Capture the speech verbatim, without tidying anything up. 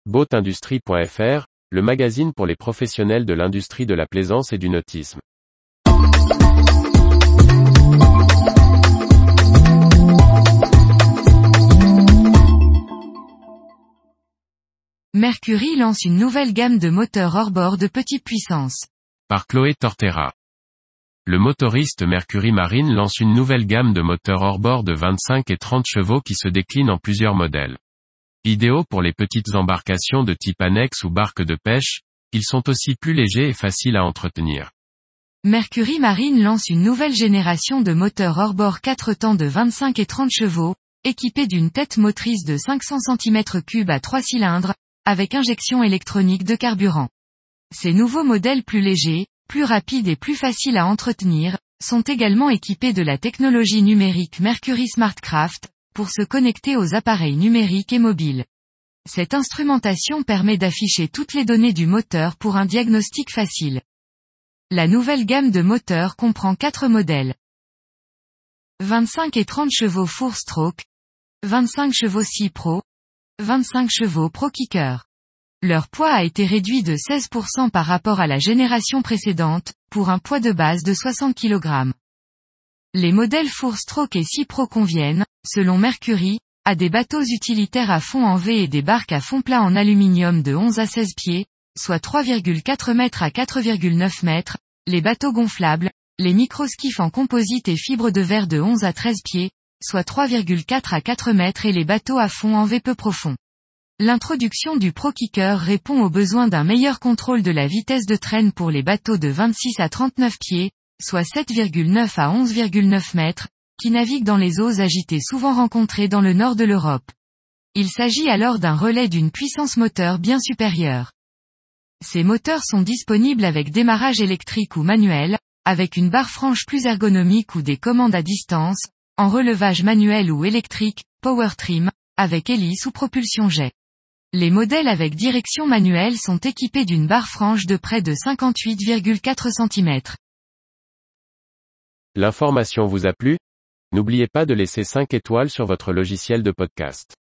boatindustrie point f r, le magazine pour les professionnels de l'industrie de la plaisance et du nautisme. Mercury lance une nouvelle gamme de moteurs hors-bord de petite puissance. Par Chloé Tortera. Le motoriste Mercury Marine lance une nouvelle gamme de moteurs hors-bord de vingt-cinq et trente chevaux qui se déclinent en plusieurs modèles. Idéaux pour les petites embarcations de type annexe ou barque de pêche, ils sont aussi plus légers et faciles à entretenir. Mercury Marine lance une nouvelle génération de moteurs hors-bord quatre temps de vingt-cinq et trente chevaux, équipés d'une tête motrice de cinq cents centimètres cubes à trois cylindres, avec injection électronique de carburant. Ces nouveaux modèles plus légers, plus rapides et plus faciles à entretenir, sont également équipés de la technologie numérique Mercury SmartCraft, pour se connecter aux appareils numériques et mobiles. Cette instrumentation permet d'afficher toutes les données du moteur pour un diagnostic facile. La nouvelle gamme de moteurs comprend quatre modèles. vingt-cinq et trente chevaux four stroke, vingt-cinq chevaux six Pro, vingt-cinq chevaux Pro Kicker. Leur poids a été réduit de seize pour cent par rapport à la génération précédente, pour un poids de base de soixante kilogrammes. Les modèles four stroke et six Pro conviennent, selon Mercury, à des bateaux utilitaires à fond en V et des barques à fond plat en aluminium de onze à seize pieds, soit trois virgule quatre mètres à quatre virgule neuf mètres, les bateaux gonflables, les microskifs en composite et fibres de verre de onze à treize pieds, soit trois virgule quatre à quatre mètres et les bateaux à fond en V peu profond. L'introduction du Pro Kicker répond aux besoins d'un meilleur contrôle de la vitesse de traîne pour les bateaux de vingt-six à trente-neuf pieds, soit sept virgule neuf à onze virgule neuf mètres, qui naviguent dans les eaux agitées souvent rencontrées dans le nord de l'Europe. Il s'agit alors d'un relais d'une puissance moteur bien supérieure. Ces moteurs sont disponibles avec démarrage électrique ou manuel, avec une barre franche plus ergonomique ou des commandes à distance, en relevage manuel ou électrique, power-trim, avec hélice ou propulsion jet. Les modèles avec direction manuelle sont équipés d'une barre franche de près de cinquante-huit virgule quatre centimètres. L'information vous a plu ? N'oubliez pas de laisser cinq étoiles sur votre logiciel de podcast.